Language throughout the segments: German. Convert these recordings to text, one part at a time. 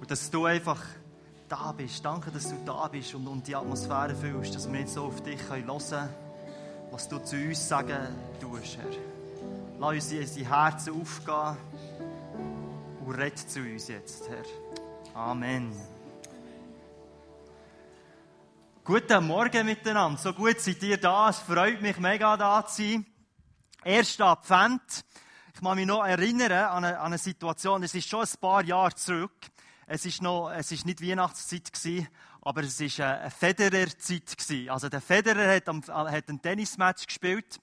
Und dass du einfach da bist. Danke, dass du da bist und die Atmosphäre fühlst, dass wir jetzt so auf dich hören können, was du zu uns sagen tust, Herr. Lass uns in unsere Herzen aufgehen und red zu uns jetzt, Herr. Amen. Guten Morgen miteinander. So gut seid ihr da. Es freut mich mega, da zu sein. Erster Advent. Ich kann mich noch erinnern an eine Situation. Es ist schon ein paar Jahre zurück. Es ist nicht Weihnachtszeit gewesen, aber es ist eine Federer-Zeit gewesen. Also der Federer hat ein Tennismatch gespielt.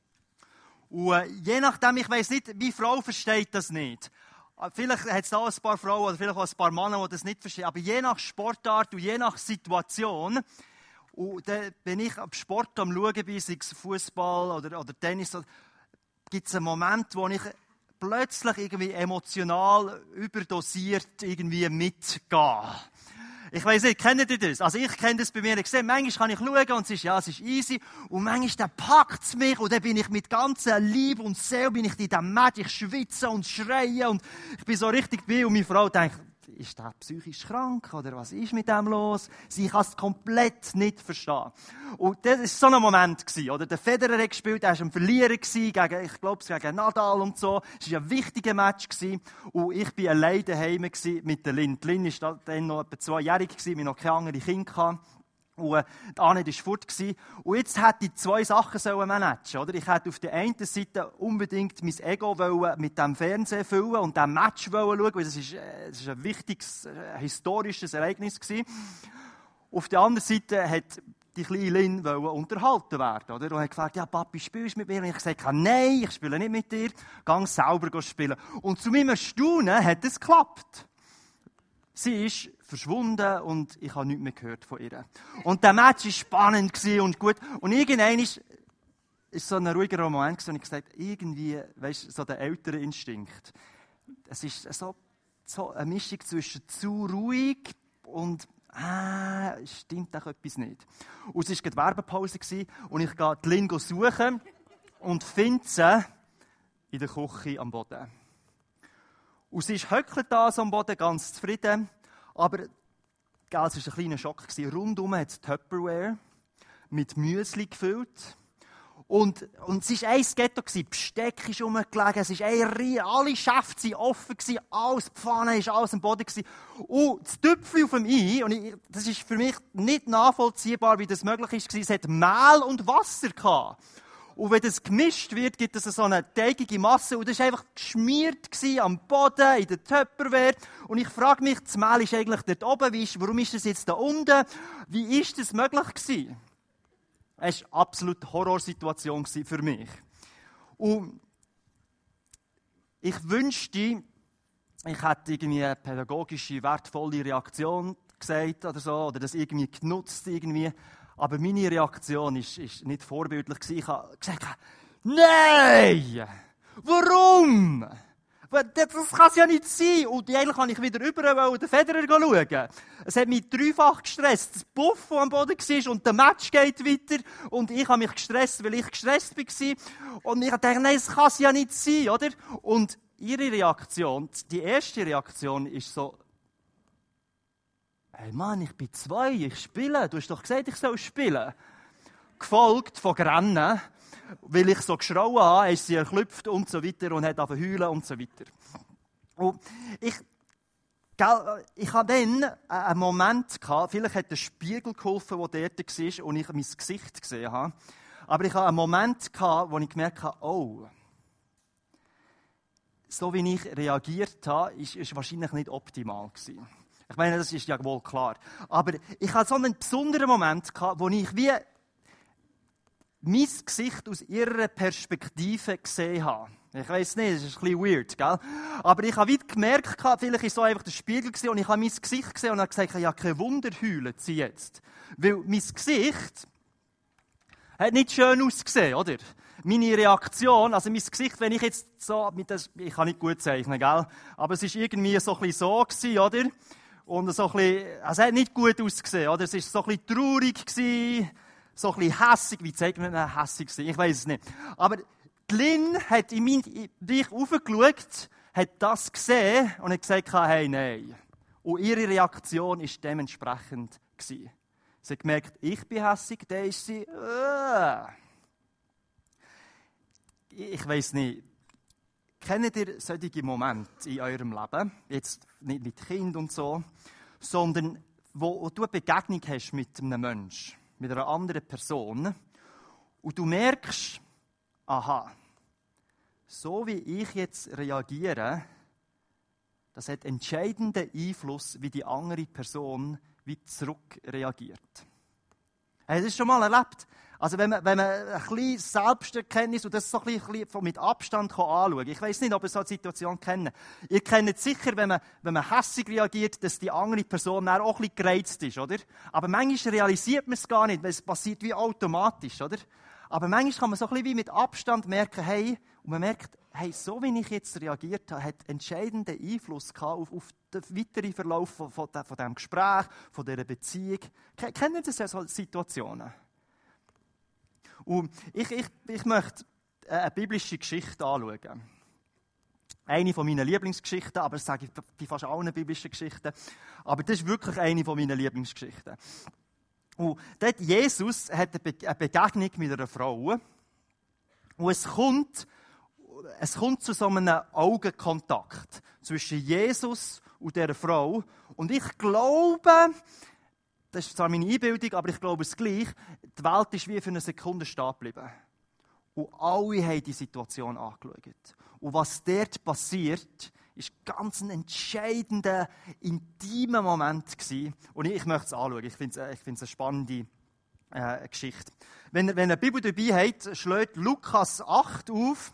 Und je nachdem, ich weiss nicht, wie Frau versteht das nicht. Vielleicht hat es da ein paar Frauen oder vielleicht auch ein paar Männer, die das nicht verstehen. Aber je nach Sportart und je nach Situation, und dann bin ich am Sport am Schauen, sei es Fußball oder Tennis, gibt es einen Moment, wo ich plötzlich irgendwie emotional überdosiert irgendwie mitgehe. Ich weiss nicht, kennt ihr das? Also ich kenne das bei mir. Ich sehe, manchmal kann ich schauen und es ist easy. Und manchmal packt es mich und dann bin ich mit ganzer Liebe und Seele bin ich in diesem Match. Ich schwitze und schreie und ich bin so richtig dabei. Und meine Frau denkt, ist der psychisch krank oder was ist mit dem los? Sie kann es komplett nicht verstehen. Und das war so ein Moment gewesen, oder? Der Federer hat gespielt, er war ein Verlierer gegen, ich glaube, gegen Nadal und so. Es war ein wichtiger Match gewesen. Und ich war alleine daheim mit der Lynn. Die Lynn war dann noch etwa 2-jährig gewesen, wir noch keine anderen Kinder hatten. Und die Annette war fort. Und jetzt hätte ich 2 Sachen managen, oder? Ich hätte auf der einen Seite unbedingt mein Ego mit dem Fernsehen füllen und diesem Match schauen, weil es ist ein wichtiges, historisches Ereignis gewesen. Auf der anderen Seite hat die kleine Lynn unterhalten werden, oder? Und hat gefragt, ja, Papi, spielst du mit mir? Und ich habe gesagt, nein, ich spiele nicht mit dir. Geh selber spielen. Und zu meinem Erstaunen hat es geklappt. Sie ist verschwunden und ich habe nichts mehr gehört von ihr. Und der Match war spannend und gut. Und irgendwann war so ein ruhiger Moment und ich gesagt, irgendwie, weisst, so der ältere Instinkt. Es ist so eine Mischung zwischen zu ruhig und stimmt doch etwas nicht. Und es war die Werbepause und ich gehe die Lynn suchen und finde sie in der Küche am Boden. Und sie hückelt da so am Boden, ganz zufrieden. Aber es war ein kleiner Schock. Rundum hat es Tupperware mit Müsli gefüllt. Und es war ein Ghetto. Besteck ist rumgelegen, es ist alle Schäfte waren offen, alles Pfanne, alles am Boden. Und das Tüpfchen auf dem Ei, und das ist für mich nicht nachvollziehbar, wie das möglich ist, es hat Mehl und Wasser gehabt. Und wenn das gemischt wird, gibt es so eine teigige Masse. Und das war einfach geschmiert am Boden, in der Tupperware. Und ich frage mich, das Mehl ist eigentlich dort oben. Warum ist das jetzt da unten? Wie ist das möglich gewesen? Es war eine absolute Horrorsituation für mich. Und ich wünschte, ich hätte irgendwie eine pädagogische, wertvolle Reaktion gesagt oder so. Oder das irgendwie genutzt irgendwie. Aber meine Reaktion war nicht vorbildlich. Ich habe gesagt, nein! Warum? Das kann es ja nicht sein. Und eigentlich kann ich wieder rüber den Federer schauen. Es hat mich dreifach gestresst. Das Buff, das am Boden war, und der Match geht weiter. Und ich habe mich gestresst, weil ich gestresst war. Und ich dachte, nein, das kann es ja nicht sein, oder? Und ihre Reaktion, die erste Reaktion ist so, hey Mann, ich bin 2, ich spiele. Du hast doch gesagt, ich soll spielen. Gefolgt von Grennen, weil ich so geschrauen habe, ist sie erklüpft und so weiter und hat angefangen zu heulen und so weiter. Und ich hatte dann einen Moment gehabt, vielleicht hat der Spiegel geholfen, der dort war und ich mein Gesicht gesehen habe. Aber ich hatte einen Moment gehabt, wo ich gemerkt habe, oh, so wie ich reagiert habe, ist wahrscheinlich nicht optimal gewesen. Ich meine, das ist ja wohl klar. Aber ich hatte so einen besonderen Moment gehabt, wo ich wie mein Gesicht aus ihrer Perspektive gesehen habe. Ich weiss nicht, das ist ein bisschen weird, gell? Aber ich habe gemerkt, vielleicht war es so einfach der Spiegel und ich habe mein Gesicht gesehen und habe gesagt, ja, kein Wunder heulen sie jetzt. Weil mein Gesicht hat nicht schön ausgesehen, oder? Meine Reaktion, also mein Gesicht, wenn ich jetzt so, ich kann nicht gut zeichnen, gell? Aber es war irgendwie so ein bisschen so gewesen, oder? Und so ein bisschen, also es hat nicht gut ausgesehen, oder? Es war so ein bisschen traurig gewesen, so ein bisschen hässig. Wie zeigt man denn hässig sein? Ich weiss es nicht. Aber die Lynn hat in mich raufgeschaut, hat das gesehen und hat gesagt, hey, nein. Und ihre Reaktion war dementsprechend. Sie hat gemerkt, ich bin hässig, dann ist sie, Ich weiss nicht, kennt ihr solche Momente in eurem Leben, jetzt nicht mit Kind und so, sondern wo du eine Begegnung hast mit einem Menschen, mit einer anderen Person, und du merkst, aha, so wie ich jetzt reagiere, das hat entscheidenden Einfluss, wie die andere Person wie zurück reagiert. Hast du das schon mal erlebt? Also wenn man ein bisschen Selbsterkenntnis und das so ein bisschen mit Abstand anschauen kann. Ich weiss nicht, ob ihr so eine Situation kennt. Ihr kennt sicher, wenn man hässig reagiert, dass die andere Person dann auch ein bisschen gereizt ist, oder? Aber manchmal realisiert man es gar nicht, weil es passiert wie automatisch, oder? Aber manchmal kann man so ein bisschen wie mit Abstand merken, hey, und man merkt, hey, so wie ich jetzt reagiert habe, hat entscheidenden Einfluss gehabt auf den weiteren Verlauf von diesem Gespräch, von dieser Beziehung. Kennen Sie solche Situationen? Und ich möchte eine biblische Geschichte anschauen. Eine von meinen Lieblingsgeschichten, aber das sage ich bei fast allen biblischen Geschichten. Aber das ist wirklich eine von meinen Lieblingsgeschichten. Und dort Jesus hat eine Begegnung mit einer Frau. Und es kommt zu so einem Augenkontakt zwischen Jesus und dieser Frau. Und ich glaube, das ist zwar meine Einbildung, aber ich glaube es gleich, die Welt ist wie für eine Sekunde stehen geblieben. Und alle haben die Situation angeschaut. Und was dort passiert, ist ganz ein entscheidender, intimer Moment gewesen. Und ich möchte es anschauen. Ich finde es eine spannende Geschichte. Wenn ihr eine Bibel dabei habt, schlägt Lukas 8 auf,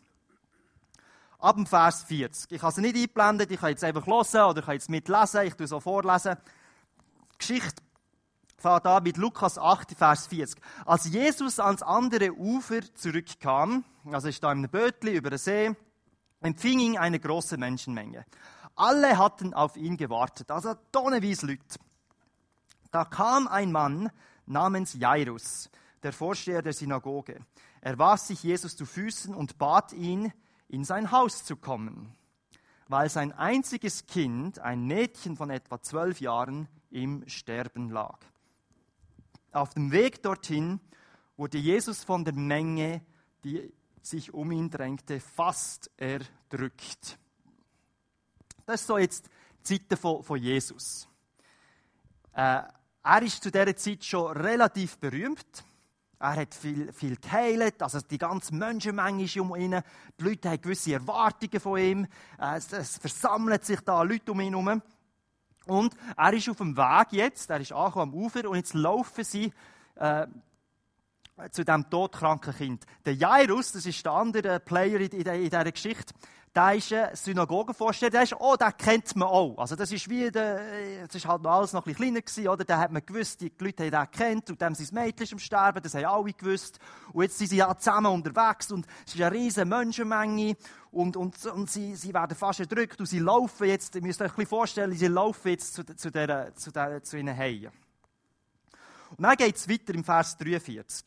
ab dem Vers 40. Ich habe sie nicht eingeblendet, ich kann jetzt einfach hören oder ich kann jetzt mitlesen, ich tue so vorlesen. Die Geschichte fängt an mit Lukas 8, Vers 40. Als Jesus ans andere Ufer zurückkam, also ist da in einem Bötli über den See, empfing ihn eine große Menschenmenge. Alle hatten auf ihn gewartet, also tonnenweise Leute. Da kam ein Mann namens Jairus, der Vorsteher der Synagoge. Er warf sich Jesus zu Füßen und bat ihn, in sein Haus zu kommen, weil sein einziges Kind, ein Mädchen von etwa 12 Jahren, im Sterben lag. Auf dem Weg dorthin wurde Jesus von der Menge, die sich um ihn drängte, fast erdrückt. Das ist so jetzt die Zeit von Jesus. Er ist zu dieser Zeit schon relativ berühmt. Er hat viel geheilt, also die ganze Menschenmenge ist um ihn. Die Leute haben gewisse Erwartungen von ihm. Es versammeln sich da Leute um ihn herum. Und er ist auf dem Weg jetzt, er ist angekommen am Ufer und jetzt laufen sie zu diesem todkranken Kind. Der Jairus, das ist der andere Player in dieser Geschichte, der ist ein Synagogenvorsteher, der kennt man auch. Also das ist halt noch alles noch ein bisschen kleiner gewesen, oder? Da hat man gewusst, die Leute haben den gekannt und dem sein Mädchen ist am Sterben, das haben alle gewusst. Und jetzt sind sie ja zusammen unterwegs und es ist eine riesige Menschenmenge und sie werden fast erdrückt und sie laufen jetzt, ihr müsst euch ein bisschen vorstellen, sie laufen jetzt zu ihnen heim. Und dann geht es weiter im Vers 43.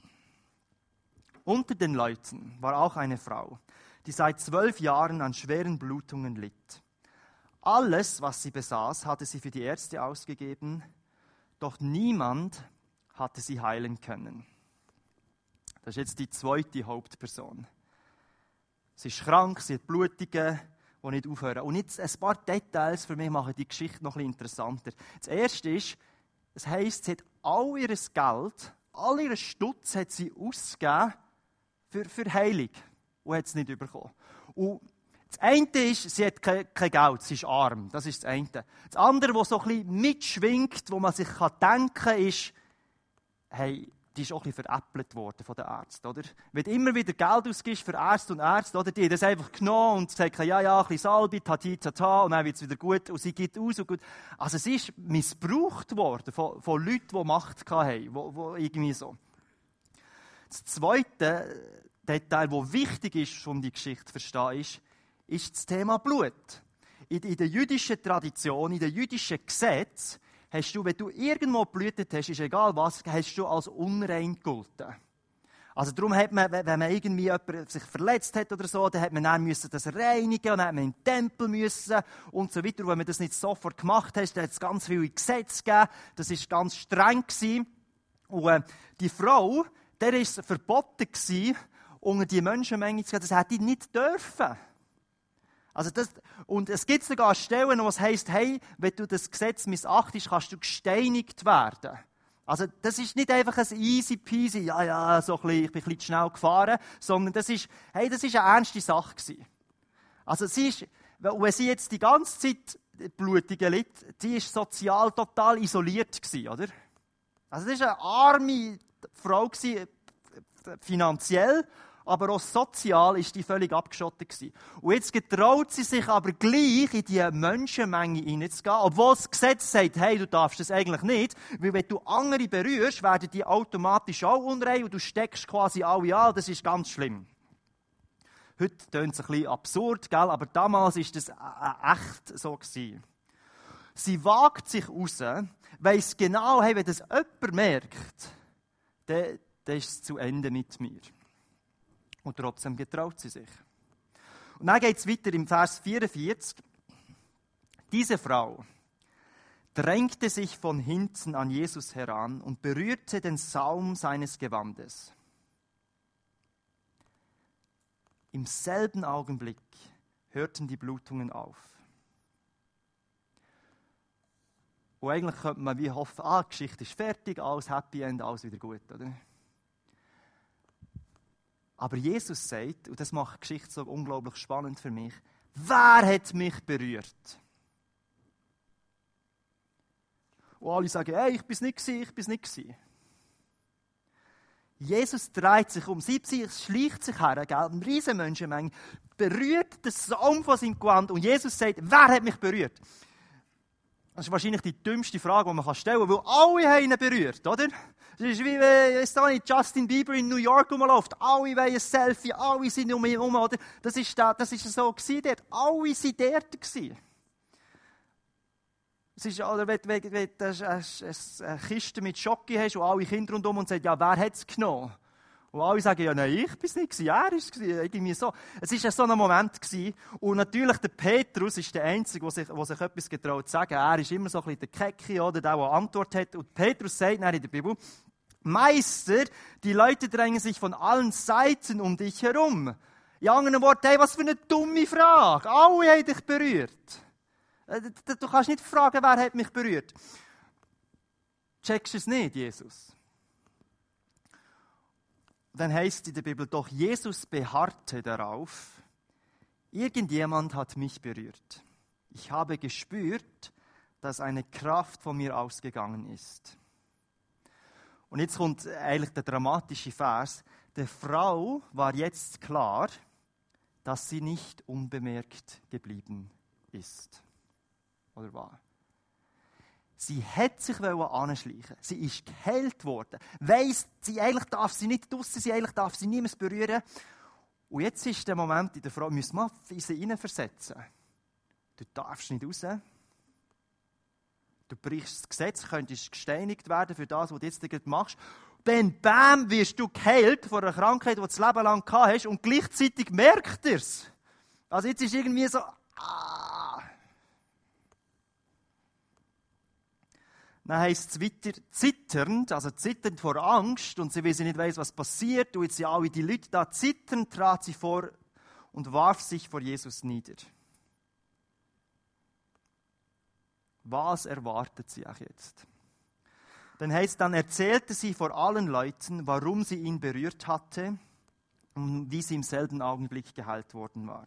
Unter den Leuten war auch eine Frau, die seit 12 Jahren an schweren Blutungen litt. Alles, was sie besaß, hatte sie für die Ärzte ausgegeben, doch niemand hatte sie heilen können. Das ist jetzt die zweite Hauptperson. Sie ist krank, sie hat Blutungen, die nicht aufhören. Und jetzt ein paar Details für mich machen die Geschichte noch ein bisschen interessanter. Das erste ist, es heisst, sie hat all ihr Geld, all ihren Stutz hat sie ausgegeben für Heilung und hat es nicht bekommen. Und das eine ist, sie hat kein Geld, sie ist arm. Das ist das eine. Das andere, was so ein bisschen mitschwingt, wo man sich denken kann, ist, hey, die ist auch ein bisschen veräppelt worden von den Ärzten, oder? Wenn du immer wieder Geld ausgibst für Ärzte und Ärzte, oder? Die haben das einfach genommen und gesagt, ja, ein bisschen Salbe, tata, und dann wird es wieder gut, und sie geht aus und gut. Also sie ist missbraucht worden von Leuten, die Macht hatten, wo irgendwie so. Das zweite Detail, das wichtig ist, um die Geschichte zu verstehen, ist das Thema Blut. In der jüdischen Tradition, in den jüdischen Gesetzen, hast du, wenn du irgendwo geblutet hast, ist egal was, hast du als unrein gegolten. Also darum hat man, wenn man irgendwie jemand sich verletzt hat oder so, dann hat man dann das reinigen und dann hat man in den Tempel müssen und so weiter. Und wenn man das nicht sofort gemacht hat, dann hat es ganz viele Gesetze gegeben. Das war ganz streng gewesen. Und die Frau, der war es verboten gewesen, unter die Menschenmenge zu gehen. Das hätte ich nicht dürfen. Also und es gibt sogar Stellen, wo es heisst, hey, wenn du das Gesetz missachtest, kannst du gesteinigt werden. Also das ist nicht einfach ein easy peasy, so ein bisschen, ich bin ein bisschen zu schnell gefahren, sondern das ist eine ernste Sache gewesen. Also wenn sie jetzt die ganze Zeit Blutungen litt, sie ist sozial total isoliert gewesen, oder? Also das war eine arme Frau gewesen, finanziell, aber auch sozial ist die völlig abgeschottet gewesen. Und jetzt getraut sie sich aber gleich in die Menschenmenge hineinzugehen, obwohl das Gesetz sagt, hey, du darfst das eigentlich nicht, weil wenn du andere berührst, werden die automatisch auch unrein und du steckst quasi alle an, das ist ganz schlimm. Heute tönt es ein bisschen absurd, gell? Aber damals war das echt so gewesen. Sie wagt sich raus, weiss genau, hey, wenn das jemand merkt, dann ist es zu Ende mit mir. Und trotzdem getraut sie sich. Und dann geht es weiter im Vers 44. Diese Frau drängte sich von hinten an Jesus heran und berührte den Saum seines Gewandes. Im selben Augenblick hörten die Blutungen auf. Und eigentlich könnte man wie hoffen, die Geschichte ist fertig, alles Happy End, alles wieder gut, oder? Aber Jesus sagt, und das macht die Geschichte so unglaublich spannend für mich, wer hat mich berührt? Und alle sagen, hey, ich bin es nicht. Jesus dreht sich um, schleicht sich her, eine riesen Menschenmenge, berührt den Saum von seinem Gewand und Jesus sagt, wer hat mich berührt? Das ist wahrscheinlich die dümmste Frage, die man stellen kann, weil alle haben ihn berührt, oder? Das ist wie wenn Justin Bieber in New York rumläuft. Alle wollen ein Selfie, alle sind um ihn herum, oder? Das ist so gewesen dort. Alle waren dort gewesen. Es ist, oder wenn du eine Kiste mit Schoki hast und alle Kinder rundherum und sagst, ja, wer hat es genommen? Und alle sagen, ja, nein, ich bin es nicht, er war es. Irgendwie so. Es war so ein Moment gewesen. Und natürlich der Petrus ist der Einzige, der sich etwas getraut zu sagen. Er ist immer so ein bisschen der Kecki, oder der Antwort hat. Und Petrus sagt dann in der Bibel, Meister, die Leute drängen sich von allen Seiten um dich herum. In anderen Worten, hey, was für eine dumme Frage. Alle haben dich berührt. Du kannst nicht fragen, wer hat mich berührt. Checkst du es nicht, Jesus? Dann heißt in der Bibel, doch Jesus beharrte darauf, irgendjemand hat mich berührt. Ich habe gespürt, dass eine Kraft von mir ausgegangen ist. Und jetzt kommt eigentlich der dramatische Vers. Der Frau war jetzt klar, dass sie nicht unbemerkt geblieben ist. Oder war? Sie hat sich anschleichen. Sie ist geheilt worden. Weiss, eigentlich darf sie nicht draussen sein, eigentlich darf sie niemand berühren. Und jetzt ist der Moment in der Frau, müssen wir in sie hineinversetzen. Du darfst nicht raus. Du brichst das Gesetz, könntest gesteinigt werden für das, was du jetzt gerade machst. Dann, bam, wirst du geheilt von einer Krankheit, die du das Leben lang gehabt hast und gleichzeitig merkt er es. Also jetzt ist irgendwie so, Dann heisst es weiter, zitternd vor Angst, und sie nicht weiss, was passiert, und jetzt sind alle die Leute da, zitternd trat sie vor und warf sich vor Jesus nieder. Was erwartet sie auch jetzt? Dann heisst, dann erzählte sie vor allen Leuten, warum sie ihn berührt hatte und wie sie im selben Augenblick geheilt worden war.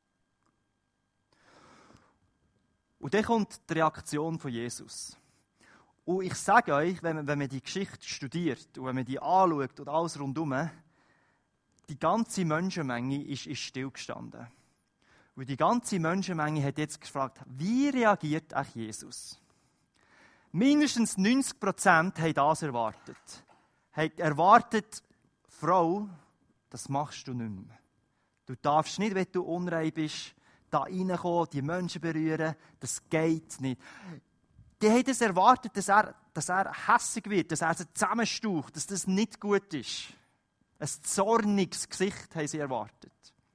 Und dann kommt die Reaktion von Jesus. Und ich sage euch, wenn man die Geschichte studiert und wenn man die anschaut und alles rundherum, die ganze Menschenmenge ist stillgestanden. Und die ganze Menschenmenge hat jetzt gefragt, wie reagiert auch Jesus? Mindestens 90% haben das erwartet. Haben erwartet, Frau, das machst du nicht mehr. Du darfst nicht, wenn du unrein bist, da reinkommen, die Menschen berühren. Das geht nicht. Die haben es erwartet, dass er hässig wird, dass er sie zusammenstaucht, dass das nicht gut ist. Ein zorniges Gesicht haben sie erwartet.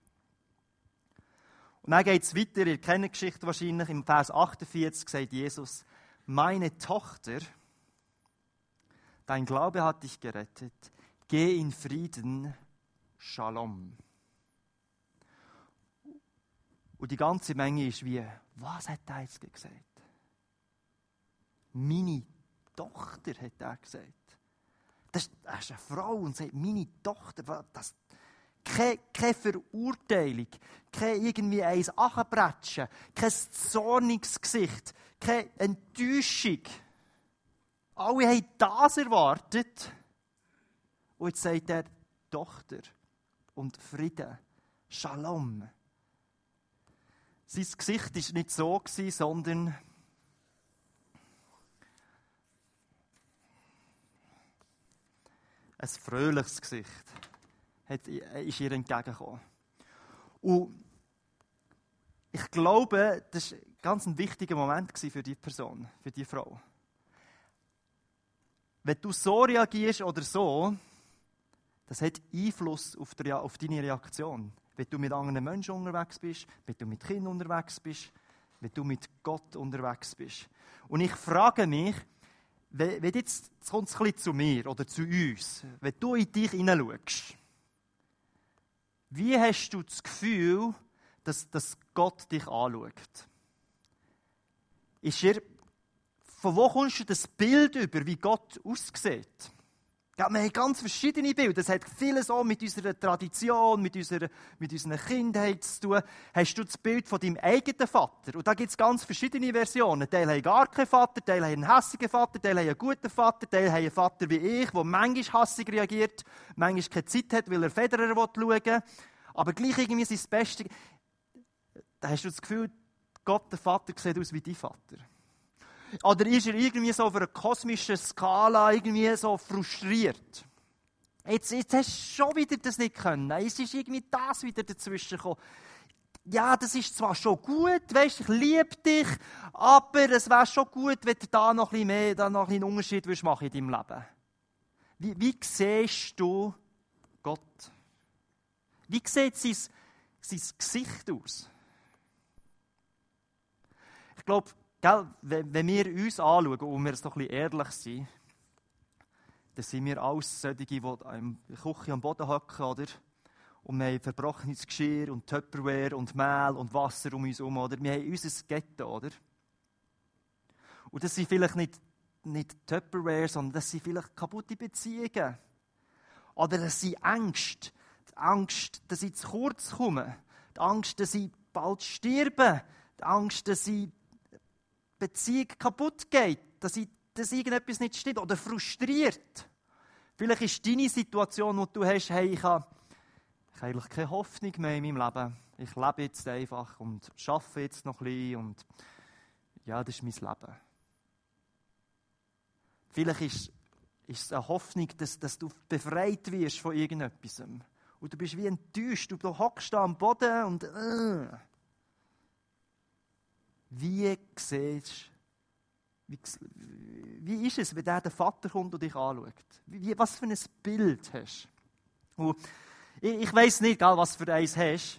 Und dann geht es weiter, ihr kennt die Geschichte wahrscheinlich, im Vers 48 sagt Jesus, meine Tochter, dein Glaube hat dich gerettet, geh in Frieden, Shalom. Und die ganze Menge ist wie, was hat er jetzt gesagt? Meine Tochter, hat er gesagt. Das ist eine Frau und sagt, meine Tochter, das, keine Verurteilung, kein irgendwie eins Achenbretschen, kein zorniges Gesicht, keine Enttäuschung. Alle haben das erwartet. Und jetzt sagt er, Tochter und Frieden, Shalom. Sein Gesicht war nicht so, sondern ein fröhliches Gesicht ist ihr entgegengekommen. Und ich glaube, das war ein ganz wichtiger Moment für die Person, für die Frau. Wenn du so reagierst oder so, das hat Einfluss auf deine Reaktion. Wenn du mit anderen Menschen unterwegs bist, wenn du mit Kindern unterwegs bist, wenn du mit Gott unterwegs bist. Und ich frage mich, wenn jetzt kommt es ein bisschen zu mir oder zu uns, wenn du in dich hineinschaust, wie hast du das Gefühl, dass Gott dich anschaut? Von wo kommst du das Bild über, wie Gott aussieht? Ja, wir haben ganz verschiedene Bilder. Das hat vieles auch mit unserer Tradition, mit unserer Kindheit zu tun. Hast du das Bild von deinem eigenen Vater? Und da gibt es ganz verschiedene Versionen. Teile haben gar keinen Vater, Teile haben einen hässigen Vater, Teile haben einen guten Vater, Teile haben einen Vater wie ich, der manchmal hässig reagiert, manchmal keine Zeit hat, weil er Federer schauen will. Aber gleich irgendwie sein Bestes. Da hast du das Gefühl, Gott, der Vater, sieht aus wie dein Vater. Oder ist er irgendwie so auf einer kosmischen Skala irgendwie so frustriert? Jetzt hast du schon wieder das nicht können. Es ist irgendwie das wieder dazwischen gekommen. Ja, das ist zwar schon gut, weißt, ich liebe dich, aber es wäre schon gut, wenn du da noch ein bisschen mehr, da noch einen Unterschied machen in deinem Leben. Wie siehst du Gott? Wie sieht sein Gesicht aus? Ich glaube, wenn wir uns anschauen und wir so ein bisschen ehrlich sind, dann sind wir alles solche, die in der Küche am Boden hocken, oder? Und wir haben verbrochenes Geschirr und Tupperware und Mehl und Wasser um uns herum, oder? Wir haben unser Ghetto, oder? Und das sind vielleicht nicht Tupperware, sondern das sind vielleicht kaputte Beziehungen. Oder das sind Ängste. Die Angst, dass ich zu kurz komme. Die Angst, dass ich bald sterbe. Die Angst, dass ich Beziehung kaputt geht, dass irgendetwas nicht stimmt oder frustriert. Vielleicht ist deine Situation, die du hast, hey, ich habe eigentlich keine Hoffnung mehr in meinem Leben. Ich lebe jetzt einfach und arbeite jetzt noch ein bisschen und ja, das ist mein Leben. Vielleicht ist es eine Hoffnung, dass du befreit wirst von irgendetwas. Und du bist wie enttäuscht, du hockst da am Boden und Wie ist es, wenn der Vater kommt und dich anschaut? Was für ein Bild hast du? Und ich weiss nicht, was für eins hast.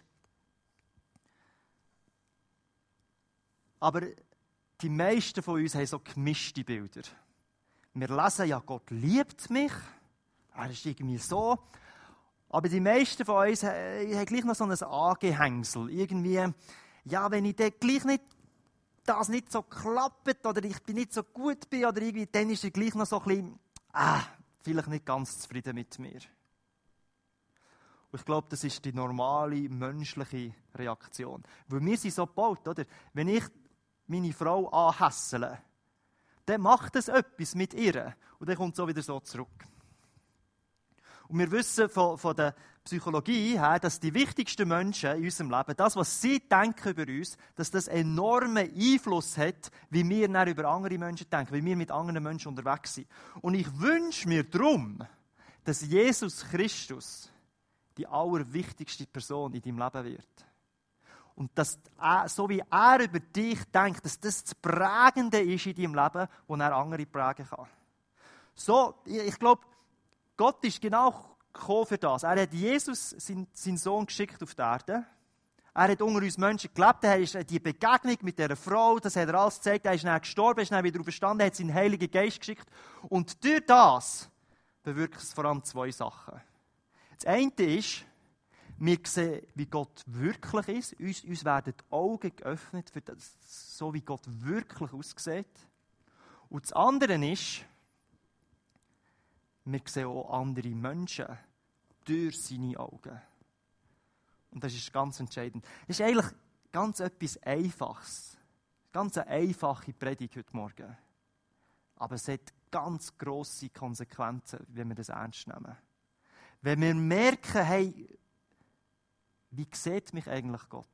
Aber die meisten von uns haben so gemischte Bilder. Wir lesen ja, Gott liebt mich. Er ist irgendwie so. Aber die meisten von uns haben gleich noch so ein Angehängsel. Irgendwie, ja, wenn ich dann gleich das nicht so klappt oder ich bin nicht so gut bin oder irgendwie, dann ist er gleich noch so ein bisschen, vielleicht nicht ganz zufrieden mit mir. Und ich glaube, das ist die normale menschliche Reaktion. Weil wir sind so gebaut, oder? Wenn ich meine Frau anhässele, dann macht es etwas mit ihr und dann kommt es auch wieder so zurück. Und wir wissen von der Psychologie her, dass die wichtigsten Menschen in unserem Leben, das, was sie denken über uns, dass das enormen Einfluss hat, wie wir dann über andere Menschen denken, wie wir mit anderen Menschen unterwegs sind. Und ich wünsche mir darum, dass Jesus Christus die allerwichtigste Person in deinem Leben wird. Und dass, so wie er über dich denkt, dass das Prägende ist in deinem Leben, wo er andere prägen kann. So, ich glaube, Gott ist genau gekommen für das. Er hat Jesus, seinen Sohn, geschickt auf die Erde. Er hat unter uns Menschen gelebt. Er ist die Begegnung mit dieser Frau, das hat er alles gezeigt. Er ist dann gestorben, ist dann wieder auferstanden, er hat seinen Heiligen Geist geschickt. Und durch das bewirkt es vor allem 2 Sachen. Das eine ist, wir sehen, wie Gott wirklich ist. Uns werden die Augen geöffnet, für das, so wie Gott wirklich aussieht. Und das andere ist, wir sehen auch andere Menschen durch seine Augen. Und das ist ganz entscheidend. Das ist eigentlich ganz etwas Einfaches. Ganz eine einfache Predigt heute Morgen. Aber es hat ganz grosse Konsequenzen, wenn wir das ernst nehmen. Wenn wir merken, hey, wie sieht mich eigentlich Gott?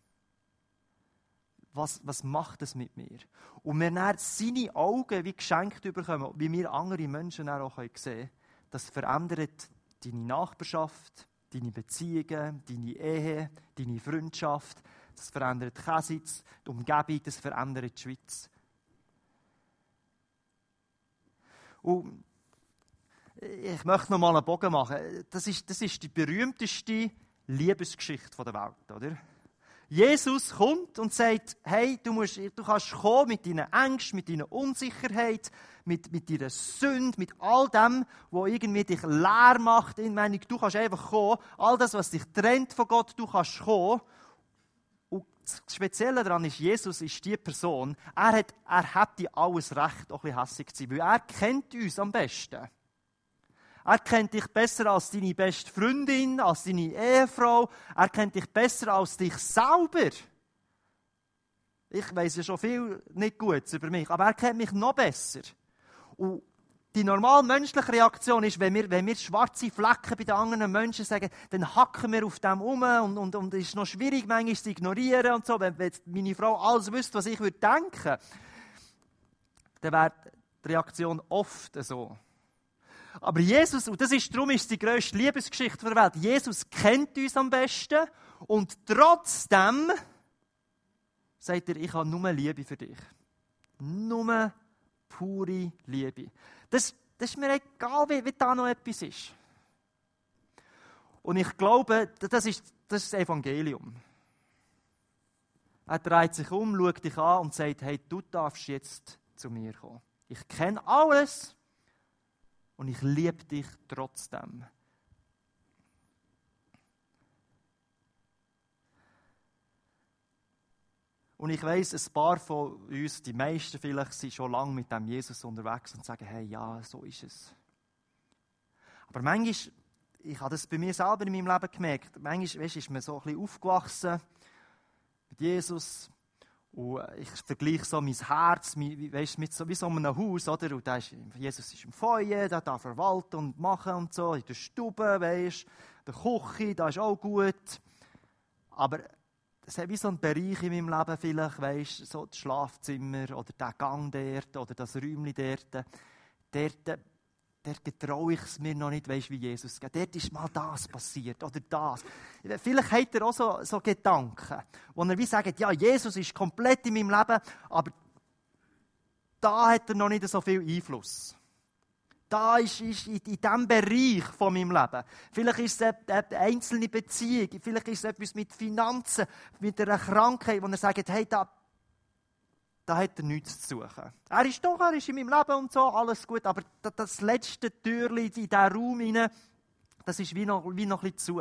Was macht es mit mir? Und wir dann seine Augen wie geschenkt bekommen, wie wir andere Menschen dann auch sehen können, das verändert deine Nachbarschaft, deine Beziehungen, deine Ehe, deine Freundschaft. Das verändert Käsitz, die Umgebung, das verändert die Schweiz. Und ich möchte noch mal einen Bogen machen. Das ist die berühmteste Liebesgeschichte der Welt, oder? Jesus kommt und sagt, hey, du kannst kommen mit deinen Ängsten, mit deiner Unsicherheit, mit deiner Sünde, mit all dem, was irgendwie dich leer macht. Ich meine, du kannst einfach kommen. All das, was dich trennt von Gott, du kannst kommen. Und das Spezielle daran ist, Jesus ist die Person, er hätte alles Recht, auch ein bisschen hässig zu sein, weil er kennt uns am besten. Er kennt dich besser als deine beste Freundin, als deine Ehefrau. Er kennt dich besser als dich selber. Ich weiss ja schon viel nicht Gutes über mich, aber er kennt mich noch besser. Und die normale menschliche Reaktion ist, wenn wir schwarze Flecken bei den anderen Menschen sagen, dann hacken wir auf dem um und es ist noch schwierig, manchmal zu ignorieren und so. Wenn meine Frau alles wüsste, was ich würde denken, dann wäre die Reaktion oft so. Aber Jesus, und darum ist es die grösste Liebesgeschichte der Welt, Jesus kennt uns am besten und trotzdem sagt er, ich habe nur Liebe für dich. Nur pure Liebe. Das ist mir egal, wie da noch etwas ist. Und ich glaube, das ist das Evangelium. Er dreht sich um, schaut dich an und sagt, hey, du darfst jetzt zu mir kommen. Ich kenne alles. Und ich liebe dich trotzdem. Und ich weiss, ein paar von uns, die meisten vielleicht, sind schon lange mit dem Jesus unterwegs und sagen, hey, ja, so ist es. Aber manchmal, ich habe das bei mir selber in meinem Leben gemerkt, manchmal ist man so ein bisschen aufgewachsen mit Jesus. Und ich vergleiche so mein Herz mit so einem Haus, oder? Und Jesus ist im Feuer, der darf verwalten und machen und so, in der Stube, weißt, der Küche, da ist auch gut. Aber es hat wie so einen Bereich in meinem Leben vielleicht, weißt, so das Schlafzimmer oder der Gang dort oder das Räumchen dort getraue ich es mir noch nicht, weißt, wie Jesus geht. Dort ist mal das passiert oder das. Vielleicht hat er auch so Gedanken, wo er wie sagt, ja, Jesus ist komplett in meinem Leben, aber da hat er noch nicht so viel Einfluss. Da ist in diesem Bereich von meinem Leben. Vielleicht ist es eine einzelne Beziehung, vielleicht ist es etwas mit Finanzen, mit einer Krankheit, wo er sagt, hey, da hat er nichts zu suchen. Er ist in meinem Leben und so, alles gut, aber das letzte Türchen in diesen Raum hinein, das ist wie noch ein bisschen zu.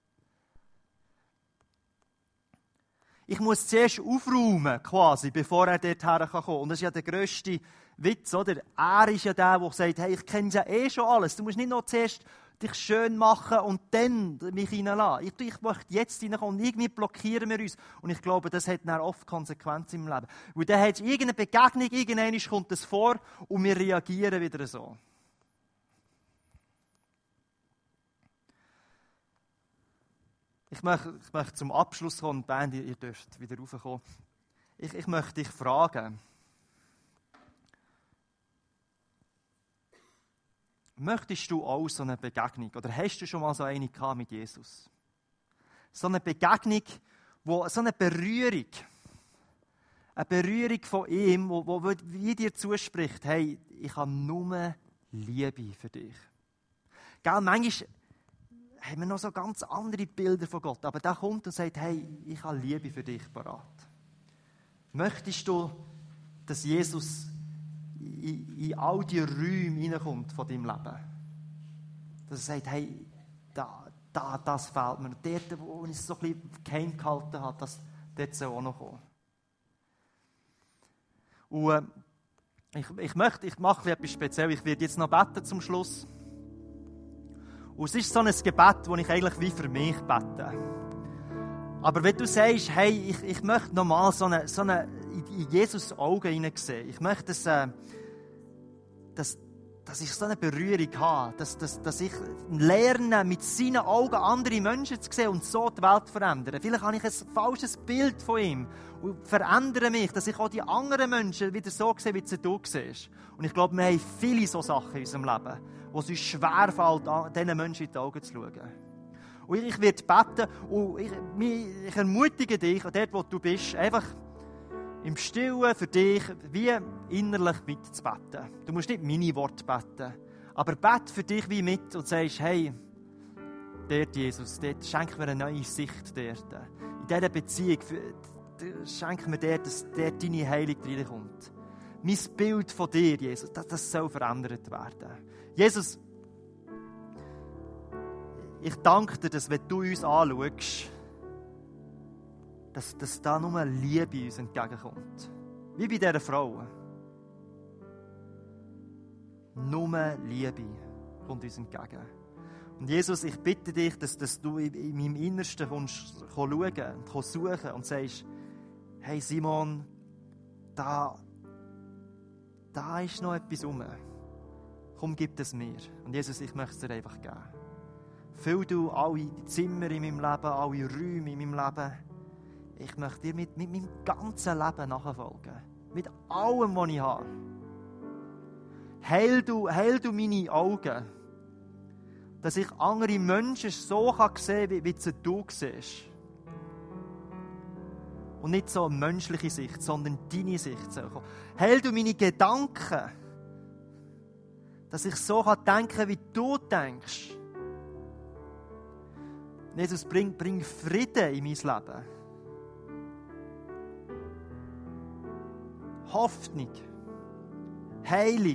Ich muss zuerst aufräumen, quasi, bevor er dort herkommen kann. Und das ist ja der grösste Witz, oder? Er ist ja der sagt, hey, ich kenne ja eh schon alles. Du musst nicht noch zuerst dich schön machen und dann mich reinlassen. Ich möchte jetzt reinkommen und irgendwie blockieren wir uns. Und ich glaube, das hat dann oft Konsequenzen im Leben. Weil dann hat es irgendeine Begegnung, irgendwann kommt es vor und wir reagieren wieder so. Ich möchte zum Abschluss kommen, Band, ihr dürft wieder raufkommen. Ich möchte dich fragen, möchtest du auch so eine Begegnung, oder hast du schon mal so eine gehabt mit Jesus? So eine Begegnung, so eine Berührung von ihm, wo wie dir zuspricht, hey, ich habe nur Liebe für dich. Gell, manchmal haben wir noch so ganz andere Bilder von Gott. Aber der kommt und sagt, hey, ich habe Liebe für dich parat. Möchtest du, dass Jesus in all die Räume hineinkommt von deinem Leben? Dass er sagt, hey, das fehlt mir. Dort, wo ich es so ein bisschen geheim gehalten habe, dort soll auch noch kommen. Und ich mache etwas Spezielles. Ich werde jetzt noch beten zum Schluss. Und es ist so ein Gebet, das ich eigentlich wie für mich bete. Aber wenn du sagst, hey, ich möchte nochmal so eine in Jesus Augen hineinsehen. Ich möchte, dass ich so eine Berührung habe. Dass ich lerne, mit seinen Augen andere Menschen zu sehen und so die Welt verändern. Vielleicht habe ich ein falsches Bild von ihm und verändere mich, dass ich auch die anderen Menschen wieder so sehe, wie du siehst. Und ich glaube, wir haben viele so Sachen in unserem Leben, wo es uns schwerfällt, diesen Menschen in die Augen zu schauen. Und ich werde beten und ich ermutige dich, dort wo du bist, einfach im Stillen für dich wie innerlich mitzubeten. Du musst nicht meine Worte beten, aber bete für dich wie mit und sagst, hey, dort Jesus, dort schenk mir eine neue Sicht dort. In dieser Beziehung schenk mir dort, dass dort deine Heilung reinkommt. Mein Bild von dir, Jesus, das soll verändert werden. Jesus, ich danke dir, dass wenn du uns anschaust, dass da nur Liebe uns entgegenkommt. Wie bei dieser Frau. Nur Liebe kommt uns entgegen. Und Jesus, ich bitte dich, dass du in meinem Innersten kommst, schauen und suchen und sagst, hey Simon, da ist noch etwas rum. Komm, gib es mir. Und Jesus, ich möchte es dir einfach geben. Füll du alle Zimmer in meinem Leben, alle Räume in meinem Leben. Ich möchte dir mit meinem ganzen Leben nachfolgen. Mit allem, was ich habe. Heil du meine Augen. Dass ich andere Menschen so sehen kann, wie du siehst. Und nicht so eine menschliche Sicht, sondern deine Sicht. Heil du meine Gedanken. Dass ich so denken kann, wie du denkst. Jesus, bring Frieden in mein Leben. Hoffnung. Heilung.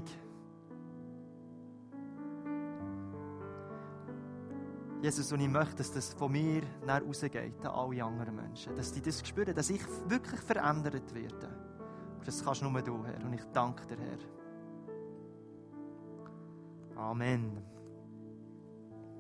Jesus, und ich möchte, dass das von mir nach rausgeht an alle anderen Menschen. Dass die das spüren, dass ich wirklich verändert werde. Und das kannst nur du, Herr. Und ich danke dir, Herr. Amen.